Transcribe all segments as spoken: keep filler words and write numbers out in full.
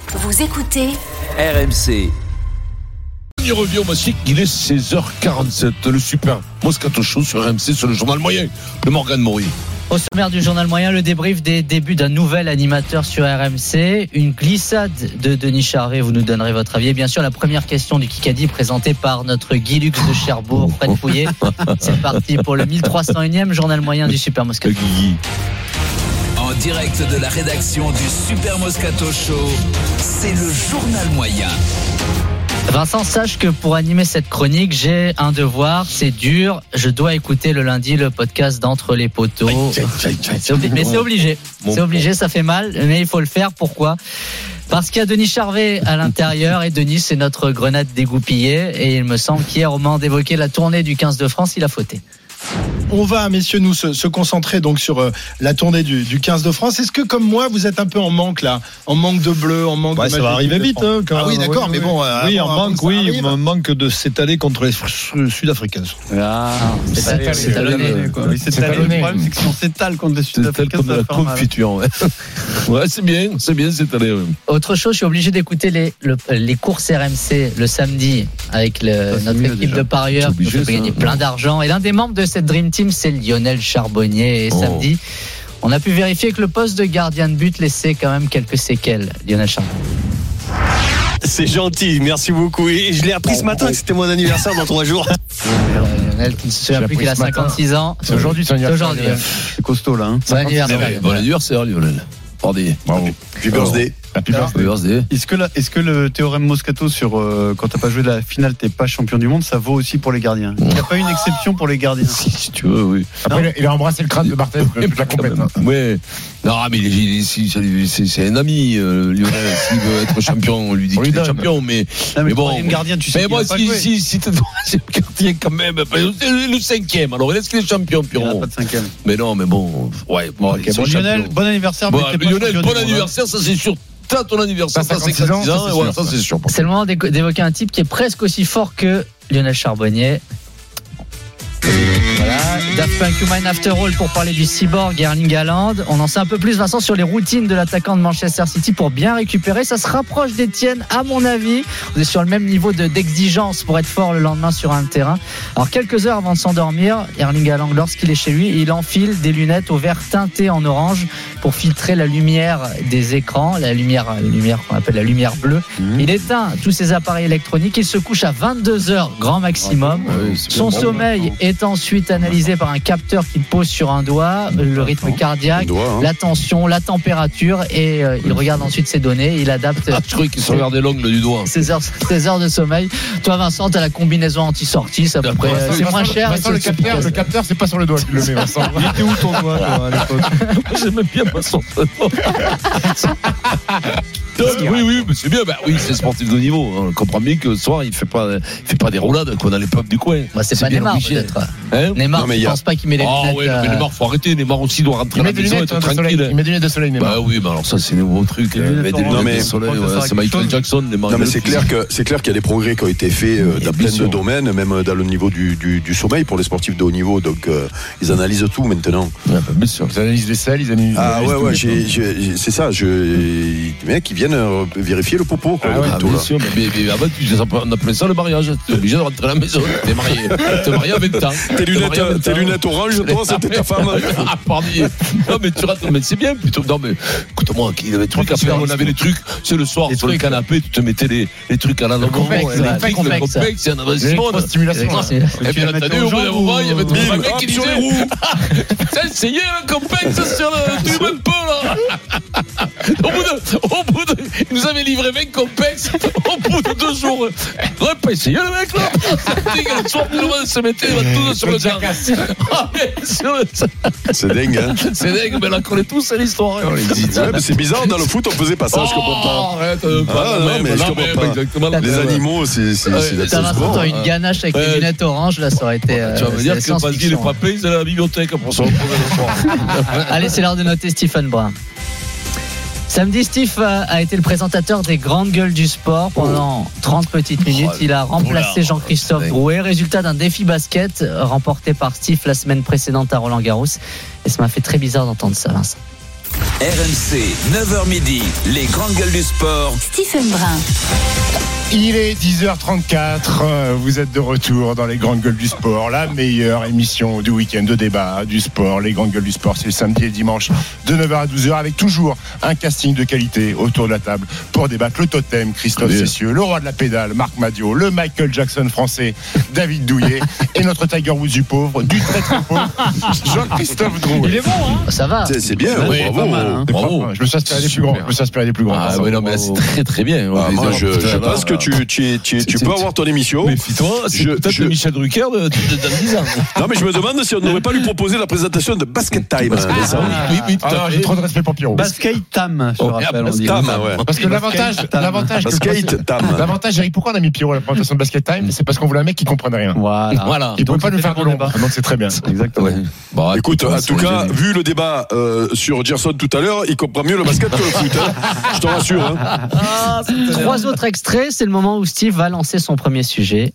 Vous écoutez R M C. Il revient au Massic, il est seize heures quarante-sept. Le super Moscato Show sur R M C, sur le journal moyen de Morgane Maury. Au sommaire du journal moyen, le débrief des débuts d'un nouvel animateur sur R M C. Une glissade de Denis Charvet, vous nous donnerez votre avis. Et bien sûr, la première question du Kikadi présentée par notre Guy Lux de Cherbourg, Fred Pouillet. C'est parti pour le mille trois cent unième journal moyen du Super Moscato. En direct de la rédaction du Super Moscato Show, c'est le journal moyen. Vincent, sache que pour animer cette chronique, j'ai un devoir, c'est dur. Je dois écouter le lundi le podcast d'Entre les poteaux. C'est obli- mais c'est obligé. C'est obligé, ça fait mal, mais il faut le faire. Pourquoi ? Parce qu'il y a Denis Charvet à l'intérieur et Denis, c'est notre grenade dégoupillée. Et il me semble qu'hier, au moment d'évoquer la tournée du quinze de France, il a fauté. On va, messieurs, nous se, se concentrer donc sur euh, la tournée du, du quinze de France. Est-ce que, comme moi, vous êtes un peu en manque là, en manque de bleu, en manque ouais, de ça va arriver vite, hein, quand ah oui, d'accord, oui, mais oui. bon, euh, oui, avant, en manque, oui, arrive. on manque de s'étaler contre les Sud-Africains. Ah, c'est talonné. C'est talonné. Oui, c'est talonné. Le problème, c'est que si on s'étale contre les Sud-Africains, comme de la confiture. Ouais. ouais, c'est bien, c'est bien, c'est allé. Ouais. Autre chose, je suis obligé d'écouter les, le, les courses R M C le samedi avec le, ça, notre équipe déjà. de parieurs. Obligé, on peut gagner plein d'argent. Et l'un des membres de cette Dream Team, c'est Lionel Charbonnier. Et oh. samedi, on a pu vérifier que le poste de gardien de but laissait quand même quelques séquelles. Lionel Charbonnier. C'est gentil, merci beaucoup. Et je l'ai appris ce matin que c'était mon anniversaire dans trois jours. Euh, Lionel qui ne se souvient plus qu'il a cinquante-six ans. C'est aujourd'hui son C'est anniversaire. aujourd'hui. C'est costaud, là. Hein. Bon anniversaire. Bon anniversaire, Lionel. Pardon. Bravo. Happy birthday. Happy birthday. Est-ce que, la, est-ce que le théorème Moscato sur euh, quand t'as pas joué la finale, t'es pas champion du monde, ça vaut aussi pour les gardiens? Il n'y a pas une exception pour les gardiens? Si, si tu veux, oui. Après, il a, il a embrassé le crâne de Barthez toute la compète. Ouais. Non, mais il est, il est, c'est, c'est, c'est un ami, euh, Lionel. S'il veut être champion, on lui dit qu'il est champion. Mais, Non, mais, mais bon. troisième gardien, tu sais Mais qu'il moi, a pas si, joué. si, si t'es troisième gardien quand même, c'est le cinquième. Alors, est-ce qu'il est champion, Il n'y en a Pierrot? pas de cinquième. Mais non, mais bon. Ouais, bon, Okay, bon, Lionel, bon anniversaire. Bon, mais t'es pas Lionel, champion bon du monde, anniversaire, ça c'est sûr. T'as ton anniversaire, T'as ça c'est cinquante-six ans, cinquante-six ans, ça, c'est ouais, sûr. ça c'est sûr. C'est le moment d'éco- d'évoquer un type qui est presque aussi fort que Lionel Charbonnier. Voilà, Daft Punk Human After All pour parler du cyborg Erling Haaland. On en sait un peu plus, Vincent, sur les routines de l'attaquant de Manchester City pour bien récupérer. Ça se rapproche des tiennes, à mon avis. On est sur le même niveau de, d'exigence pour être fort le lendemain sur un terrain. Alors, quelques heures avant de s'endormir, Erling Haaland, lorsqu'il est chez lui, il enfile des lunettes au vert teinté en orange pour filtrer la lumière des écrans, la lumière, la lumière qu'on appelle la lumière bleue. Mmh. Il éteint tous ses appareils électroniques. Il se couche à vingt-deux heures grand maximum. Ouais, c'est Son bien. sommeil est ensuite analysé par un capteur qu'il pose sur un doigt, le rythme cardiaque, doigt, hein. la tension, la température, et euh, il regarde ensuite ses données, il adapte Ah, je croyais qu'il se regardait l'ongle du doigt. ses heures, ses heures de sommeil. Toi, Vincent, t'as la combinaison anti-sortie, c'est à peu près, c'est moins cher. Vincent, et le c'est capteur, efficace. le capteur, c'est pas sur le doigt qu'il le met, Vincent. Il était où ton doigt, toi, à l'époque? J'aime bien pas son Oui, oui, mais c'est bien. Bah, oui, c'est sportif de haut niveau. On comprend bien que ce soir, il fait pas, il fait pas des roulades qu'on a les peuples du coin. Bah, c'est, c'est pas bien Neymar, obligé. peut-être. Hein Neymar, Non, mais je y a... pense pas qu'il met les Ah lunettes. ouais, non, mais euh, Neymar, faut arrêter. Neymar aussi doit rentrer Il à met la des maison et lunettes être de soleil. tranquille. Il met des lunettes de soleil, Neymar. Bah oui, mais alors ça, c'est un nouveau truc. Les Il lunettes met des orange. lunettes Non, mais- de soleil. je crois que ça Ouais, sert à c'est quelque Michael chose. Jackson, Neymar. Non mais c'est clair que c'est clair qu'il y a des progrès qui ont été faits euh, dans Bien plein sûr. de domaines, même dans le niveau du, du, du sommeil pour les sportifs de haut niveau. Donc euh, ils analysent tout maintenant. Ouais, bah, bien sûr. Ils analysent les selles, ils analysent. Ah ils ouais analysent ouais, tout. j'ai, j'ai, c'est ça. Je, les mecs qui viennent euh, vérifier le popo. Quoi, Ah ouais, Ah, bientôt, bien là. sûr, mais, mais, mais avant, tu, on appelait ça le mariage. Tu es obligé de rentrer à la maison. T'es marié. T'es marié avec ta. Tes T'es marié avec lunettes, tes ta. lunettes oranges, toi, c'était ta femme. Ah, pardon. Non, mais tu rates. Mais c'est bien plutôt. Non, mais écoute-moi, il y avait des trucs à faire. On avait les trucs. C'est le soir, sur le canapé, tu te mettais les, les trucs à la langue. complexe, Le ouais, truc, complexe. le complexe, c'est un investissement. L'électrostimulation. c'est- Et bien entendu, au bout d'un moment, il y avait tout Bim, le mec hop, qui sur disait les roues. T'as essayé le complexe sur le. Tu même pas là. Au bout de. Au bout de. Il nous avait livré vingt complexes. Au bout de deux jours. On n'aurait pas essayé le mec là. Le soir, tout le monde se mettait tout sur le gars. Ah, mais sur le- C'est dingue, hein. C'est dingue, mais là, qu'on est tous à l'histoire. hein. Ouais, mais c'est bizarre, dans le foot, on faisait pas ça, je comprends pas. Oh, arrête, euh, pas Ah, la non, même, mais je la comprends même, pas. exactement la Les même. animaux, c'est, c'est, Ouais, c'est la T'as c'est Vincent, sport, t'as hein. une ganache avec Ouais. des lunettes oranges, là, ça aurait été. Tu vas euh, me dire c'est que Pascal n'est science-fiction. pas payé, c'est la bibliothèque pour se reposer le soir. Allez, c'est l'heure de noter Stephen Brun. Samedi, Steve a été le présentateur des grandes gueules du sport pendant trente petites minutes. Il a remplacé Jean-Christophe Drouet. Résultat d'un défi basket remporté par Steve la semaine précédente à Roland-Garros. Et ça m'a fait très bizarre d'entendre ça, Vincent. R M C, neuf heures midi, les grandes gueules du sport. Stephen Brun. Il est dix heures trente-quatre, vous êtes de retour dans les grandes gueules du sport, la meilleure émission du week-end de débat du sport. Les grandes gueules du sport, c'est le samedi et le dimanche de neuf heures à douze heures avec toujours un casting de qualité autour de la table pour débattre. Le totem, Christophe Cessieux, le roi de la pédale, Marc Madiot, le Michael Jackson français, David Douillet et notre Tiger Woods du pauvre, du très très pauvre, Jean-Christophe Drouet. Il est bon, hein. Ça va. C'est, c'est bien, Oui, bravo. pas mal, hein. Bravo. Je me suis inspiré des plus grands. Je me suis inspiré des plus grands. Ah oui, non, mais là, c'est très très bien. Ah, moi, je, je Putain, pense que tu, tu, tu, tu peux avoir ton émission. Méfie-toi, c'est Je- peut-être je- le Michel Drucker de, de, de, dans dix ans. Non, mais je me demande si on n'aurait pas lui proposé la présentation de Basket Time. hein, récemment. Oui, oui, tout Ah à non, fait. j'ai trop de respect pour Pierrot. Basket Tam, je te Oh, rappelle. On dit. Tam, ouais. Parce que l'avantage, Basket l'avantage, que le Basket principe- Tam. l'avantage, Eric, pourquoi on a mis Pierrot à la présentation de Basket Time? C'est parce qu'on voulait un mec qui comprenait rien. Voilà. Voilà. Il ne pouvait Donc, pas nous c'était faire de le l'ombre. débat. Donc c'est très bien. Exactement. Ouais. Bon, Écoute, on en se tout cas, gêne. vu le débat euh, sur Gerson tout à l'heure, il comprend mieux le basket que le foot. hein. Je te rassure. hein. Trois autres extraits, c'est le moment où Steve va lancer son premier sujet.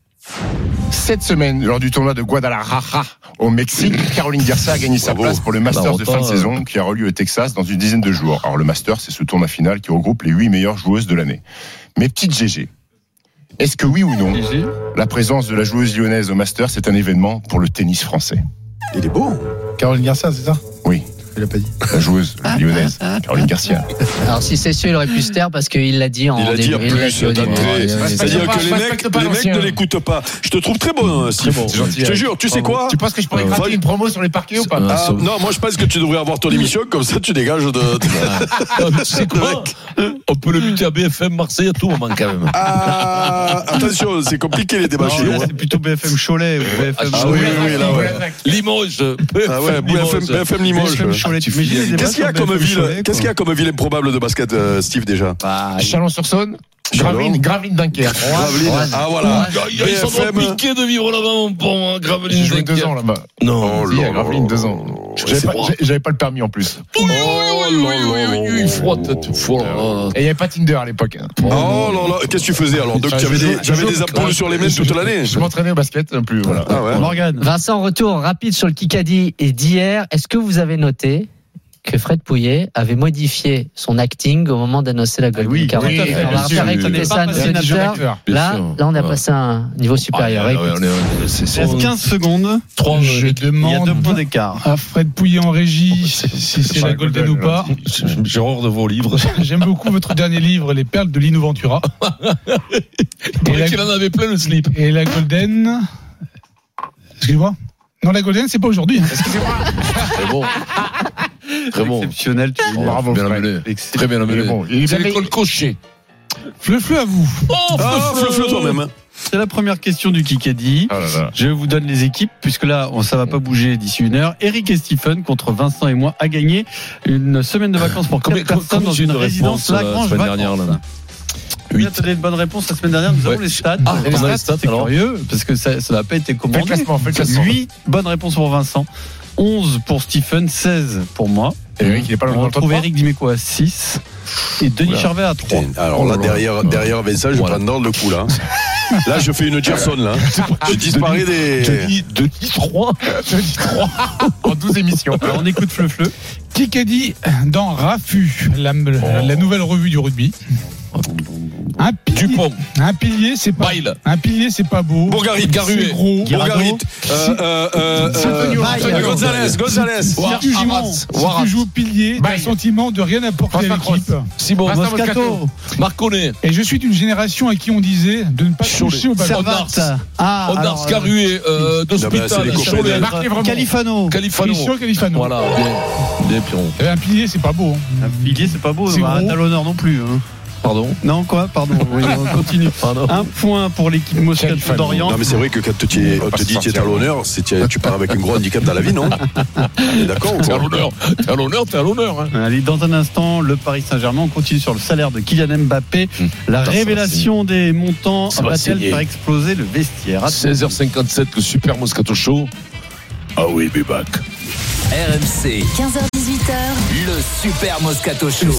Cette semaine, lors du tournoi de Guadalajara au Mexique, Caroline Garcia a gagné sa Bravo. place pour le Masters de fin de Bah, saison qui aura lieu au Texas dans une dizaine de jours. Alors le Masters, c'est ce tournoi final qui regroupe les huit meilleures joueuses de l'année. Mais petite G G, est-ce que oui ou non, la présence de la joueuse lyonnaise au Masters est un événement pour le tennis français? Il est beau. Caroline Garcia, c'est ça? Oui. Il a pas dit. La joueuse lyonnaise, Caroline Garcia. Alors si c'est sûr, il aurait pu se taire parce qu'il l'a dit en Il a dit début. en il l'a plus dit au début. d'entrée. Ouais, ouais, C'est-à-dire pas, que je les mecs, respecte pas les mecs l'ancien. ne l'écoutent pas. Je te trouve très bon, Steve. C'est gentil. Je te jure, tu sais quoi Tu penses que je pourrais Euh, gratter Fred- une promo sur les parquets ou pas? Ah, Ah, sauf- non, moi je pense que tu devrais avoir ton émission, comme ça tu dégages de. Ah, mais tu sais quoi? On peut le muter à B F M Marseille à tout moment quand même. Ah, attention, c'est compliqué les débats Non, chez là, nous. c'est plutôt B F M Cholet ou B F M. Ah oui, oui, là, ouais. Limoges. Ah ouais, B F M, B F M Limoges. B F M Cholet. T'imagines les débats Qu'est-ce qu'il y a sur comme B F M ville, Cholet, qu'est-ce qu'il y a comme ville improbable de basket, euh, Steve, déjà? Bah, Chalon-sur-Saône, Gravelines, Gravelines Dunkerque. Gravelines. Ah voilà. Ils sont trop B F M. piqués de vivre là-bas, mon bon J'ai Gravelines. joué deux ans là-bas. Non. Oh Si, là à Gravelines, là deux là ans. là. J'avais c'est pas, bon. j'ai- j'avais pas le permis en plus. Oui, oui, oui, oui, oui, oui, oui, frotte, tu frottes. Et il n'y avait pas Tinder à l'époque. Oh là là, qu'est-ce que tu faisais alors? Donc Enfin, tu avais je des, joue- tu avais je des joue- ampoules sur les mains toute l'année? Je m'entraînais au basket, non plus. Voilà. Ah ouais. Morgane. Vincent, retour rapide sur le Kikadi et d'hier. Est-ce que vous avez noté que Fred Pouillet avait modifié son acting au moment d'annoncer la Golden oui, Carotte? oui, On bien va sûr. refaire écouter ça à nos Bien auditeurs. Bien Là, sûr. là, on a Ouais. passé à un niveau supérieur. Ah, ouais, Écoute. ouais, on est- c'est- c'est- Reste quinze secondes. Trois, Je euh, Il y a deux demande points d'écart. à Fred Pouillet en régie si c'est la Golden ou pas. J'ai horreur de vos livres. J'aime beaucoup votre dernier livre, Les perles de Lino Ventura. Il paraît qu'il en avait plein le slip. Et la Golden. Excusez-moi. Non, la Golden, c'est pas aujourd'hui. Très bon. Très bon. Exceptionnel. tu veux dire. Bravo, Bien Fred. amené. Très bien Il est amené. bon. Il est C'est bien- l'école Cochet. Fleu, fleu à vous. Oh, Ah, fleu, fleu toi-même. hein. C'est la première question du Kikadi. Ah là là. Je vous donne les équipes, puisque là, on, ça va pas bouger d'ici une heure. Eric et Stephen contre Vincent et moi a gagné une semaine de vacances pour Combien- quatre personnes combien dans j'ai eu une de résidence réponses, la Lagrange semaine Vacances. dernière, là On a donné une bonne réponse la semaine dernière. Nous Ouais. avons les stats. Ah, Euh, on a les stats, c'est alors. curieux, parce que ça ça n'a pas été Fais le commandé. classement, fais le classement. huit bonnes réponses pour Vincent, onze pour Stephen, seize pour moi. Et Eric, il est pas On dans le top retrouve trois. Eric Dimeco à six et Denis Oula. Charvet à trois. Putain, Alors Oh là, là là. derrière, derrière Vincent, je Voilà. prends dans le coup là. Là, je fais une Gerson là. Je disparais des. Denis, Denis trois. Denis trois en douze émissions. Alors on écoute Fleu Fleu. Kikadi dans Rafu, la, la nouvelle revue du rugby. Un pilier, Dupont. un pilier, c'est pas. Bail. Un pilier, c'est pas beau. Bourgarit, C'est Garuet. gros. Bourgarit. Euh, euh, euh, Antonio, euh, Antonio. Gonzalez, Gonzalez. Si tu joues, Arras. si Arras. tu joues pilier, t'as Bail. le sentiment de rien apporter à François l'équipe. Simon. Vincent Moscato. Marconnet. Et je suis d'une génération à qui on disait de ne pas Cholet. toucher au ballon. Servat. Ah, Onars, alors, Caruet, euh, Non, mais c'est d'Hospital, les copains Cholet, de- Marquez vraiment. Califano. Califano. Christian Califano. Voilà, bien. Bien, Piron. Eh ben, un pilier, c'est pas beau. hein. Un pilier, c'est pas beau. C'est On va gros. à l'honneur non plus. hein. Pardon. Non, quoi Pardon. Oui, on continue. Pardon. Un point pour l'équipe Moscato Califano. d'Orient. Non, mais c'est vrai que quand tu es- On va on pas te se dit tu es sortir. à l'honneur, c'est tu tu pars avec un gros handicap dans la vie, non? On est d'accord ou T'es à pas? l'honneur. T'es à l'honneur, t'es à l'honneur. Hein. Allez, dans un instant, le Paris Saint-Germain. On continue sur le salaire de Kylian Mbappé. Hum. La Putain, ça révélation des montants Ça va va-t-elle saigner. faire exploser le vestiaire? À seize heures cinquante-sept, le Super Moscato Show. Ah oui, be back. R M C, quinze heures dix-huit heures. le Super Moscato Show.